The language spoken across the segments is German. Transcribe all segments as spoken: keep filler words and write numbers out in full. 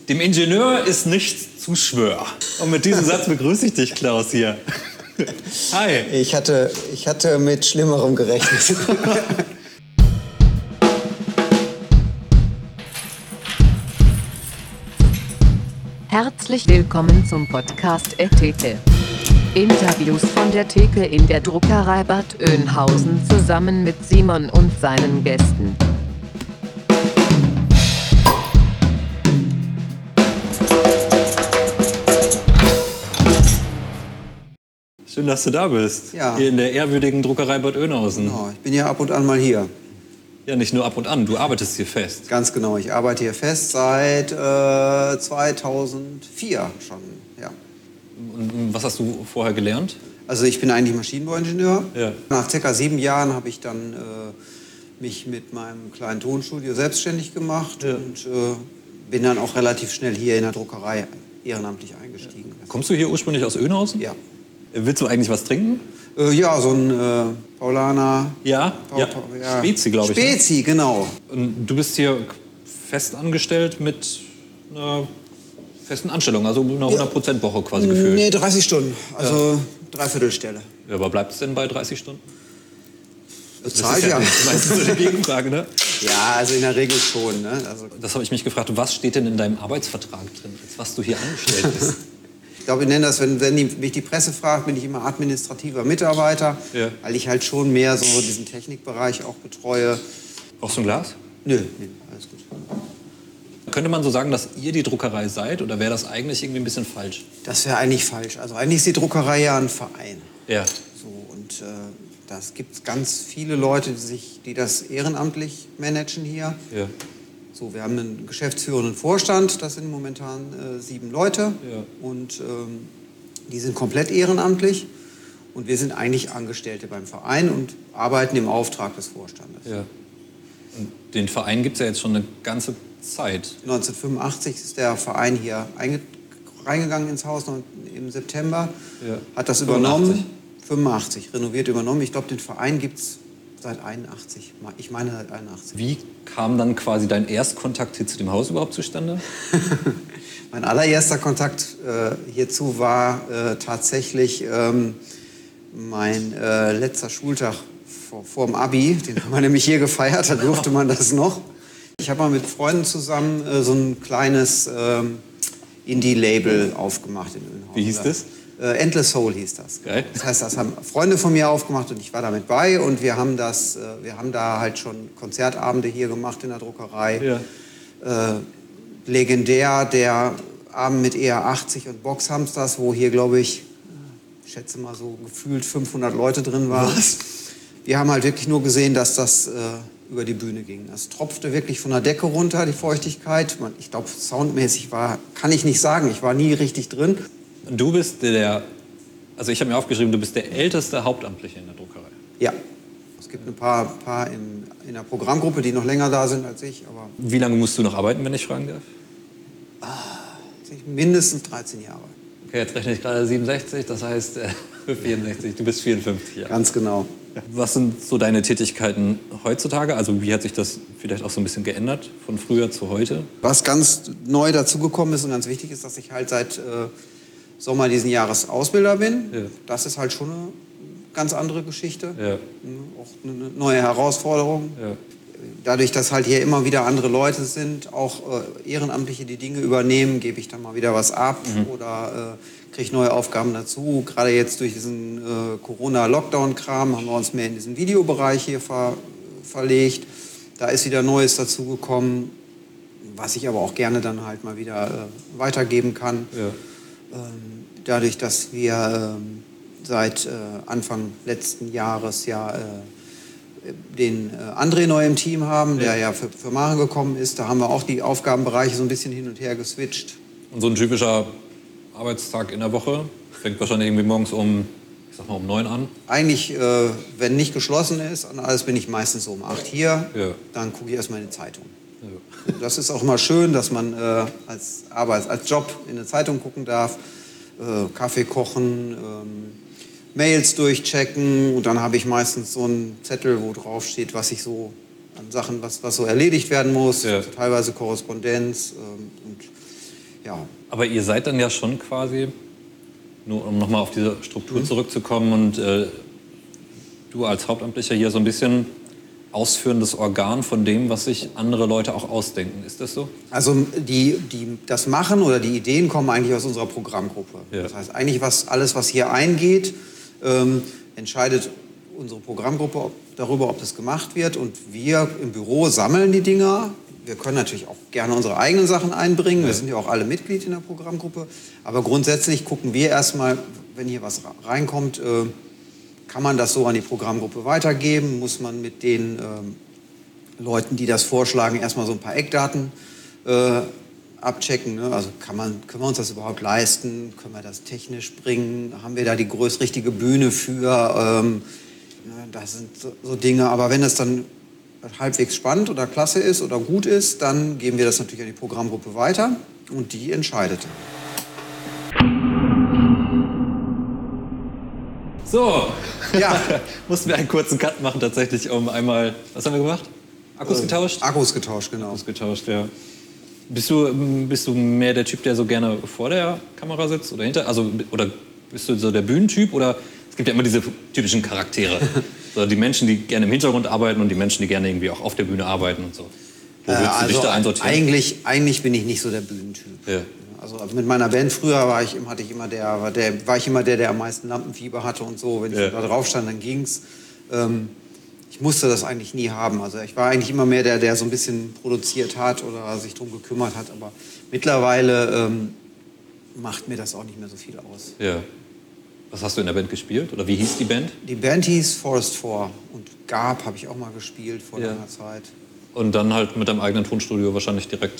Dem Ingenieur ist nichts zu schwör. Und mit diesem Satz begrüße ich dich, Klaus, hier. Hi. Ich hatte, ich hatte mit Schlimmerem gerechnet. Herzlich willkommen zum Podcast der Theke. Interviews von der Theke in der Druckerei Bad Oeynhausen zusammen mit Simon und seinen Gästen. Schön, dass du da bist. Ja. Hier in der ehrwürdigen Druckerei Bad Oeynhausen. Genau, ich bin ja ab und an mal hier. Ja, nicht nur ab und an, du arbeitest hier fest. Ganz genau, ich arbeite hier fest seit äh, zweitausendvier schon. Ja. Und was hast du vorher gelernt? Also ich bin eigentlich Maschinenbauingenieur. Ja. Nach circa sieben Jahren habe ich dann äh, mich mit meinem kleinen Tonstudio selbstständig gemacht Ja. und äh, bin dann auch relativ schnell hier in der Druckerei ehrenamtlich eingestiegen. Kommst du hier ursprünglich aus Oeynhausen? Ja. Willst du eigentlich was trinken? Äh, ja, so ein äh, Paulaner. Ja, Pau- ja. Pau- ja. Spezi, glaube ich. ne? Spezi, genau. Und du bist hier fest angestellt mit einer festen Anstellung, also einer hundert Prozent Woche quasi gefühlt. Nee, dreißig Stunden, also Dreiviertelstelle. Ja, aber bleibt es denn bei dreißig Stunden? Bezahlt das ja. ist ja meistens so die Gegenfrage, ne? Ja, also in der Regel schon. Ne? Also, Das habe ich mich gefragt. Was steht denn in deinem Arbeitsvertrag drin, als was du hier angestellt bist? ich glaube, ich nenne das, wenn, wenn die, mich die Presse fragt, bin ich immer administrativer Mitarbeiter, Ja. weil ich halt schon mehr so diesen Technikbereich auch betreue. Brauchst du ein Glas? Nö, nee, alles gut. Könnte man so sagen, dass ihr die Druckerei seid, oder wäre das eigentlich irgendwie ein bisschen falsch? Das wäre eigentlich falsch. Also eigentlich ist die Druckerei ja ein Verein. Ja. So, und äh, das gibt ganz viele Leute, die, sich, die das ehrenamtlich managen hier. Ja. So, wir haben einen geschäftsführenden Vorstand, das sind momentan äh, sieben Leute. Ja. Und ähm, die sind komplett ehrenamtlich. Und wir sind eigentlich Angestellte beim Verein und arbeiten im Auftrag des Vorstandes. Ja. Und den Verein gibt es ja jetzt schon eine ganze Zeit. neunzehnhundertfünfundachtzig ist der Verein hier einge reingegangen ins Haus, noch im September. Ja. Hat das fünfundachtzig. übernommen. fünfundachtzig, renoviert übernommen. Ich glaube, den Verein gibt es seit einundachtzig. Ich meine seit einundachtzig. Wie kam dann quasi dein Erstkontakt hier zu dem Haus überhaupt zustande? Mein allererster Kontakt äh, hierzu war äh, tatsächlich ähm, mein äh, letzter Schultag vor, vor dem Abi. Den haben wir nämlich hier gefeiert, da durfte man das noch. Ich habe mal mit Freunden zusammen äh, so ein kleines ähm, Indie-Label aufgemacht in Oeynhausen. Wie hieß das? Äh, Endless Soul hieß das. Geil. Das heißt, das haben Freunde von mir aufgemacht und ich war damit bei. Und wir haben, das, äh, wir haben da halt schon Konzertabende hier gemacht in der Druckerei. Ja. Äh, legendär der Abend mit E R achtzig und Boxhamsters, wo hier, glaube ich, ich schätze mal so gefühlt fünfhundert Leute drin waren. Was? Wir haben halt wirklich nur gesehen, dass das äh, über die Bühne ging. Das tropfte wirklich von der Decke runter, die Feuchtigkeit. Man, ich glaube, soundmäßig war, kann ich nicht sagen, ich war nie richtig drin. Du bist der, also ich habe mir aufgeschrieben, du bist der älteste Hauptamtliche in der Druckerei. Ja, es gibt ein paar, paar im, in der Programmgruppe, die noch länger da sind als ich, aber Wie lange musst du noch arbeiten, wenn ich fragen darf? mindestens dreizehn Jahre. Okay, jetzt rechne ich gerade siebenundsechzig, das heißt äh, vierundsechzig, du bist vierundfünfzig Jahre. Ganz genau. Was sind so deine Tätigkeiten heutzutage? Also wie hat sich das vielleicht auch so ein bisschen geändert von früher zu heute? Was ganz neu dazugekommen ist und ganz wichtig ist, dass ich halt seit äh, Sommer diesen Jahres Ausbilder bin. Ja. Das ist halt schon eine ganz andere Geschichte. Ja. Auch eine neue Herausforderung. Ja. Dadurch, dass halt hier immer wieder andere Leute sind, auch äh, Ehrenamtliche die Dinge übernehmen, gebe ich dann mal wieder was ab Mhm. oder äh, kriege neue Aufgaben dazu. Gerade jetzt durch diesen äh, Corona-Lockdown-Kram haben wir uns mehr in diesen Videobereich hier ver verlegt. Da ist wieder Neues dazugekommen, was ich aber auch gerne dann halt mal wieder äh, weitergeben kann. Ja. Ähm, dadurch, dass wir ähm, seit äh, Anfang letzten Jahres ja äh, den äh, André neu im Team haben, der ja für, für Maren gekommen ist. Da haben wir auch die Aufgabenbereiche so ein bisschen hin und her geswitcht. Und so ein typischer Arbeitstag in der Woche fängt wahrscheinlich irgendwie morgens um, ich sag mal, um neun an. Eigentlich, äh, wenn nicht geschlossen ist, und alles bin ich meistens so um acht hier. Ja. Dann gucke ich erstmal in die Zeitung. Ja. Das ist auch immer schön, dass man äh, als Arbeits-, als Job in eine Zeitung gucken darf, äh, Kaffee kochen, ähm, Mails durchchecken und dann habe ich meistens so einen Zettel, wo drauf steht, was ich so an Sachen, was, was so erledigt werden muss, Ja. teilweise Korrespondenz ähm, und ja. Aber ihr seid dann ja schon quasi, nur um nochmal auf diese Struktur mhm. zurückzukommen und äh, du als Hauptamtlicher hier so ein bisschen ausführendes Organ von dem, was sich andere Leute auch ausdenken. Ist das so? Also die, die, das Machen oder die Ideen kommen eigentlich aus unserer Programmgruppe. Ja. Das heißt, eigentlich was, alles, was hier eingeht, ähm, entscheidet unsere Programmgruppe ob, darüber, ob das gemacht wird. Und wir im Büro sammeln die Dinger. Wir können natürlich auch gerne unsere eigenen Sachen einbringen. Ja. Wir sind ja auch alle Mitglied in der Programmgruppe. Aber grundsätzlich gucken wir erstmal, wenn hier was reinkommt, äh, kann man das so an die Programmgruppe weitergeben? Muss man mit den ähm, Leuten, die das vorschlagen, erstmal so ein paar Eckdaten äh, abchecken? Ne? Also kann man, können wir uns das überhaupt leisten? Können wir das technisch bringen? Haben wir da die größt richtige Bühne für? Ähm, ne, das sind so, so Dinge. Aber wenn das dann halbwegs spannend oder klasse ist oder gut ist, dann geben wir das natürlich an die Programmgruppe weiter und die entscheidet. So, ja. Mussten wir einen kurzen Cut machen tatsächlich, um einmal, was haben wir gemacht? Akkus äh, getauscht? Akkus getauscht, genau. Akkus getauscht, ja. Bist du, bist du mehr der Typ, der so gerne vor der Kamera sitzt oder hinter? Also, oder bist du so der Bühnentyp? Oder es gibt ja immer diese typischen Charaktere. So, die Menschen, die gerne im Hintergrund arbeiten und die Menschen, die gerne irgendwie auch auf der Bühne arbeiten und so. Wo äh, willst du also dich da einsortieren? Eigentlich, eigentlich bin ich nicht so der Bühnentyp. Ja. Also mit meiner Band früher war ich, hatte ich immer der, war der, war ich immer der, der am meisten Lampenfieber hatte und so. Wenn ich ja. da drauf stand, dann ging's. Ähm, ich musste das eigentlich nie haben. Also ich war eigentlich immer mehr der, der so ein bisschen produziert hat oder sich drum gekümmert hat. Aber mittlerweile ähm, macht mir das auch nicht mehr so viel aus. Ja. Was hast du in der Band gespielt? Oder wie hieß die Band? Die Band hieß Forest Four. Und Gab habe ich auch mal gespielt vor ja. langer Zeit. Und dann halt mit deinem eigenen Tonstudio wahrscheinlich direkt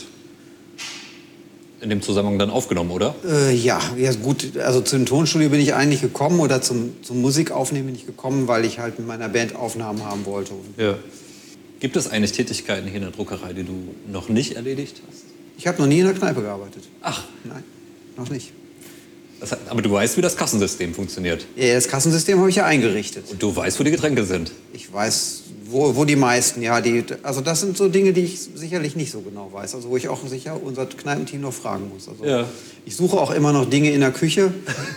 in dem Zusammenhang dann aufgenommen, oder? Äh, ja, ja, gut. Also zum Tonstudio bin ich eigentlich gekommen oder zum, zum Musikaufnehmen bin ich gekommen, weil ich halt mit meiner Band Aufnahmen haben wollte. Ja. Gibt es eigentlich Tätigkeiten hier in der Druckerei, die du noch nicht erledigt hast? Ich habe noch nie in der Kneipe gearbeitet. Ach. Nein, noch nicht. Das hat, aber du weißt, wie das Kassensystem funktioniert. Ja, das Kassensystem habe ich ja eingerichtet. Und du weißt, wo die Getränke sind. Ich weiß, wo, wo die meisten, ja. Die, also das sind so Dinge, die ich sicherlich nicht so genau weiß. Also wo ich auch sicher unser Kneipenteam noch fragen muss. Also ja. Ich suche auch immer noch Dinge in der Küche.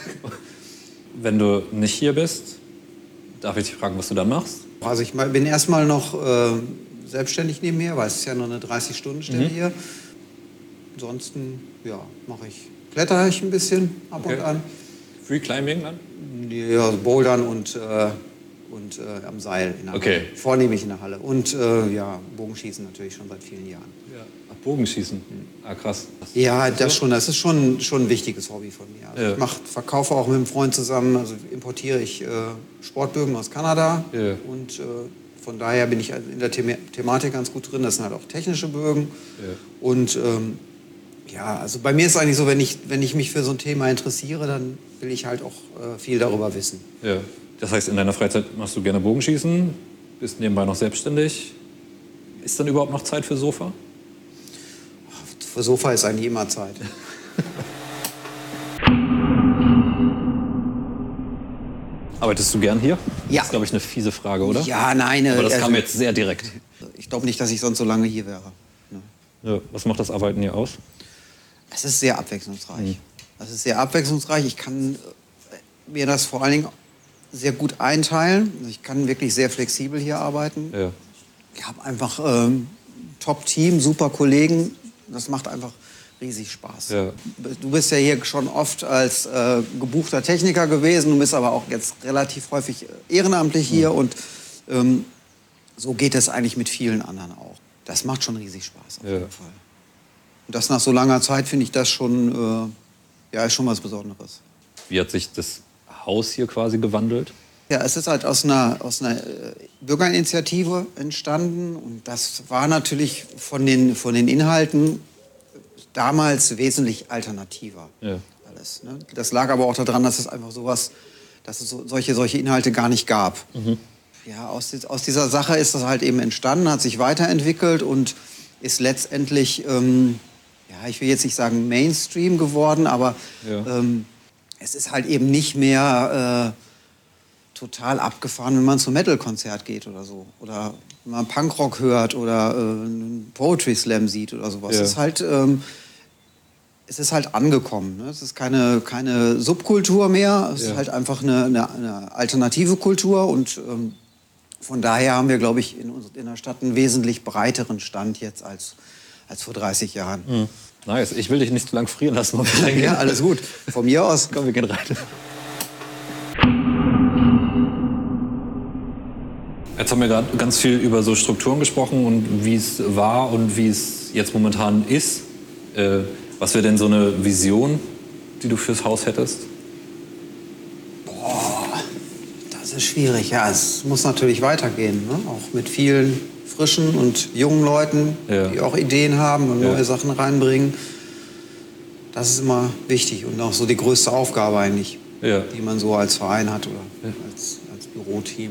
Wenn du nicht hier bist, darf ich dich fragen, was du dann machst? Also ich bin erstmal noch äh, selbstständig nebenher, weil es ist ja nur eine dreißig-Stunden-Stelle mhm. hier. Ansonsten, ja, mache ich, klettere ich ein bisschen ab okay. und an. Free Climbing dann? Ja, Bouldern und, äh, und äh, am Seil in der okay. Halle. Vornehmlich in der Halle. Und äh, ja, Bogenschießen natürlich schon seit vielen Jahren. Ja. Ach, Bogenschießen? Ah, krass. Ja, das schon. Das ist schon, schon ein wichtiges Hobby von mir. Also ja. Ich mach, verkaufe auch mit einem Freund zusammen, also importiere ich äh, Sportbögen aus Kanada. Ja. Und äh, von daher bin ich in der The- Thematik ganz gut drin. Das sind halt auch technische Bögen. Ja. Und ähm, ja, also bei mir ist es eigentlich so, wenn ich, wenn ich mich für so ein Thema interessiere, dann will ich halt auch äh, viel darüber wissen. Ja. Das heißt, in deiner Freizeit machst du gerne Bogenschießen, bist nebenbei noch selbstständig. Ist dann überhaupt noch Zeit für Sofa? Für Sofa ist eigentlich immer Zeit. Arbeitest du gern hier? Ja. Das ist, glaube ich, eine fiese Frage, oder? Ja, nein. Aber das also, kam jetzt sehr direkt. Ich glaube nicht, dass ich sonst so lange hier wäre. Ne? Ja. Was macht das Arbeiten hier aus? Es ist sehr abwechslungsreich. Mhm. Es ist sehr abwechslungsreich. Ich kann mir das vor allen Dingen sehr gut einteilen. Ich kann wirklich sehr flexibel hier arbeiten. Ja. Ich habe einfach ähm, Top-Team, super Kollegen. Das macht einfach riesig Spaß. Ja. Du bist ja hier schon oft als äh, gebuchter Techniker gewesen. Du bist aber auch jetzt relativ häufig ehrenamtlich hier. Mhm. Und ähm, so geht es eigentlich mit vielen anderen auch. Das macht schon riesig Spaß auf ja. jeden Fall. Und das nach so langer Zeit finde ich das schon, äh, ja, ist schon was Besonderes. Wie hat sich das Haus hier quasi gewandelt? Ja, es ist halt aus einer, aus einer Bürgerinitiative entstanden. Und das war natürlich von den, von den Inhalten damals wesentlich alternativer. Ja. Alles, ne? Das lag aber auch daran, dass es einfach sowas, dass es so, solche, solche Inhalte gar nicht gab. Mhm. Ja, aus, aus dieser Sache ist das halt eben entstanden, hat sich weiterentwickelt und ist letztendlich, ähm, ja, ich will jetzt nicht sagen Mainstream geworden, aber ja. ähm, es ist halt eben nicht mehr äh, total abgefahren, wenn man zum Metal-Konzert geht oder so. Oder wenn man Punkrock hört oder äh, einen Poetry Slam sieht oder sowas. Ja. Es ist halt, ähm, es ist halt angekommen. Ne? Es ist keine, keine Subkultur mehr, es ja. ist halt einfach eine, eine, eine alternative Kultur und ähm, von daher haben wir, glaube ich, in, in der Stadt einen wesentlich breiteren Stand jetzt als, als vor dreißig Jahren. Mhm. Nice. Ich will dich nicht zu lang frieren lassen. Ja, alles gut. Von mir aus. Komm, wir gehen rein. Jetzt haben wir gerade ganz viel über so Strukturen gesprochen und wie es war und wie es jetzt momentan ist. Äh, was wäre denn so eine Vision, die du fürs Haus hättest? Boah, das ist schwierig. Ja, es muss natürlich weitergehen. Ne? Auch mit vielen frischen und jungen Leuten, ja. die auch Ideen haben und ja. neue Sachen reinbringen. Das ist immer wichtig und auch so die größte Aufgabe eigentlich, ja. die man so als Verein hat oder ja. als, als Büroteam.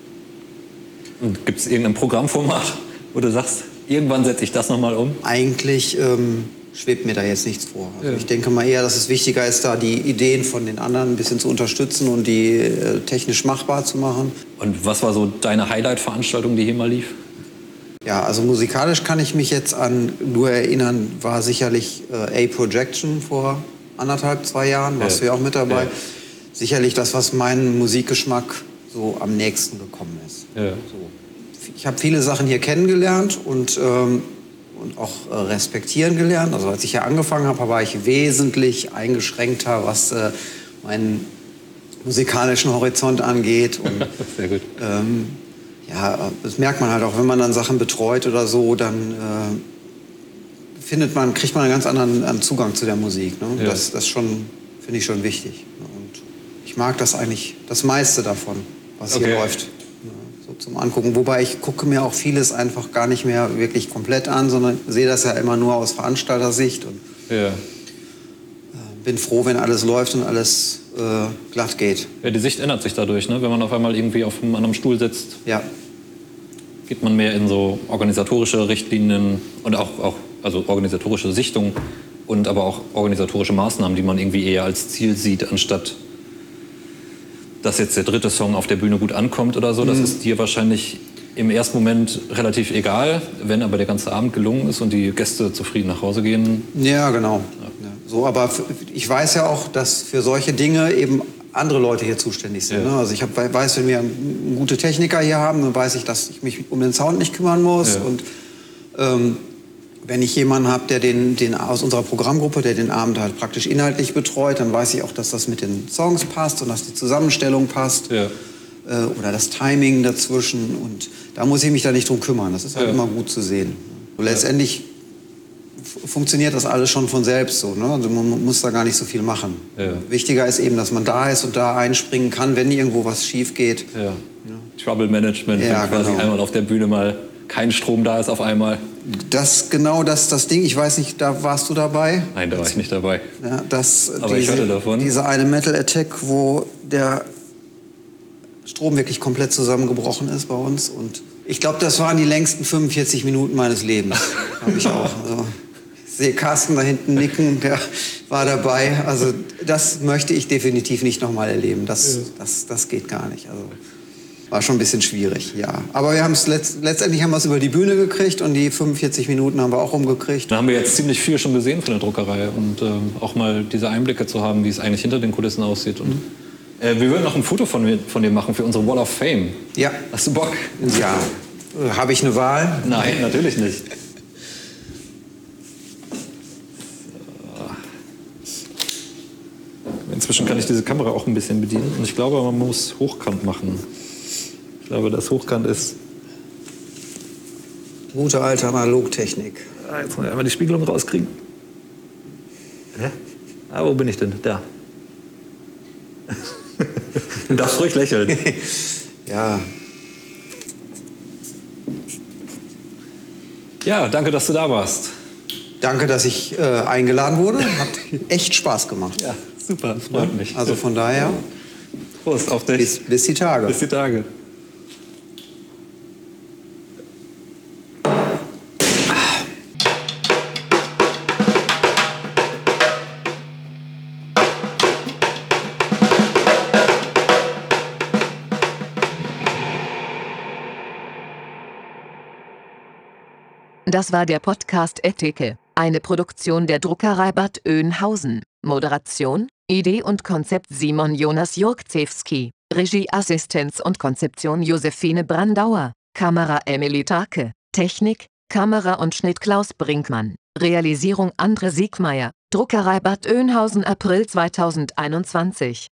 Gibt es irgendein Programmformat, wo du sagst, irgendwann setze ich das nochmal um? Eigentlich ähm, schwebt mir da jetzt nichts vor. Also ja. Ich denke mal eher, dass es wichtiger ist, da die Ideen von den anderen ein bisschen zu unterstützen und die äh, technisch machbar zu machen. Und was war so deine Highlight-Veranstaltung, die hier mal lief? Ja, also musikalisch kann ich mich jetzt an nur erinnern, war sicherlich äh, A-Projection vor anderthalb, zwei Jahren, warst ja. du ja auch mit dabei. Ja. Sicherlich das, was meinem Musikgeschmack so am nächsten gekommen ist. Ja. So. Ich habe viele Sachen hier kennengelernt und, ähm, und auch äh, respektieren gelernt. Also als ich hier angefangen habe, war ich wesentlich eingeschränkter, was äh, meinen musikalischen Horizont angeht. Und, Sehr gut. Ähm, ja, das merkt man halt auch, wenn man dann Sachen betreut oder so, dann äh, findet man, kriegt man einen ganz anderen Zugang zu der Musik. Ne? Ja. Das, das schon, finde ich schon wichtig. Und ich mag das eigentlich, das meiste davon, was okay. hier läuft. So zum Angucken. Wobei ich gucke mir auch vieles einfach gar nicht mehr wirklich komplett an, sondern sehe das ja immer nur aus Veranstaltersicht. Und ja. äh, bin froh, wenn alles läuft und alles äh, glatt geht. Ja, die Sicht ändert sich dadurch, ne? Wenn man auf einmal irgendwie auf einem anderen Stuhl sitzt. Ja. Geht man mehr in so organisatorische Richtlinien und auch, auch also organisatorische Sichtungen und aber auch organisatorische Maßnahmen, die man irgendwie eher als Ziel sieht, anstatt dass jetzt der dritte Song auf der Bühne gut ankommt oder so. Das mhm. ist dir wahrscheinlich im ersten Moment relativ egal. Wenn aber der ganze Abend gelungen ist und die Gäste zufrieden nach Hause gehen. Ja, genau. Ja. Ja. So, aber ich weiß ja auch, dass für solche Dinge eben andere Leute hier zuständig sind. Ja. Ne? Also ich hab, weiß, wenn wir gute Techniker hier haben, dann weiß ich, dass ich mich um den Sound nicht kümmern muss. Ja. Und ähm, wenn ich jemanden habe, der den, den aus unserer Programmgruppe, der den Abend halt praktisch inhaltlich betreut, dann weiß ich auch, dass das mit den Songs passt und dass die Zusammenstellung passt. Ja. Äh, oder das Timing dazwischen. Und da muss ich mich da nicht drum kümmern. Das ist halt ja. immer gut zu sehen. Und letztendlich f- funktioniert das alles schon von selbst so. Ne? Also man muss da gar nicht so viel machen. Ja. Wichtiger ist eben, dass man da ist und da einspringen kann, wenn irgendwo was schief geht. Ja. Ja. Trouble Management, ja, wenn quasi genau. einmal auf der Bühne mal kein Strom da ist auf einmal. Das genau das, das Ding. Ich weiß nicht, da warst du dabei? Nein, da war ich nicht dabei. Ja, das, Aber diese, ich hörte davon. Dieser eine Metal Attack, wo der Strom wirklich komplett zusammengebrochen ist bei uns. Und ich glaube, das waren die längsten fünfundvierzig Minuten meines Lebens. Habe ich auch. Also, ich sehe Carsten da hinten nicken, der war dabei. Also das möchte ich definitiv nicht nochmal erleben. Das, ja. das, das geht gar nicht. Also war schon ein bisschen schwierig, ja. Aber wir haben es letzt, letztendlich haben wir es über die Bühne gekriegt und die fünfundvierzig Minuten haben wir auch rumgekriegt. Da haben wir jetzt ziemlich viel schon gesehen von der Druckerei und ähm, auch mal diese Einblicke zu haben, wie es eigentlich hinter den Kulissen aussieht. Und, mhm. äh, wir würden noch ein Foto von, mir, von dir machen für unsere Wall of Fame. Ja. Hast du Bock? Ja. Habe ich eine Wahl? Nein, natürlich nicht. Inzwischen kann ich diese Kamera auch ein bisschen bedienen und ich glaube, man muss hochkant machen. Ich glaube, das hochkant ist... Gute alte Analogtechnik. Ah, jetzt muss ich einmal die Spiegelung rauskriegen. Hä? Ah, wo bin ich denn? Da. Du darfst ruhig lächeln. Ja. Ja, danke, dass du da warst. Danke, dass ich äh, eingeladen wurde. Hat echt Spaß gemacht. Ja, super, freut ja, mich. Also von daher... Prost auf dich. Bis, bis die Tage. Bis die Tage. Das war der Podcast Eteke. Eine Produktion der Druckerei Bad Oeynhausen. Moderation, Idee und Konzept Simon Jonas Jurkzewski. Regieassistenz und Konzeption Josephine Brandauer. Kamera Emily Take. Technik, Kamera und Schnitt Klaus Brinkmann. Realisierung Andre Siegmeier. Druckerei Bad Oeynhausen April zweitausendeinundzwanzig.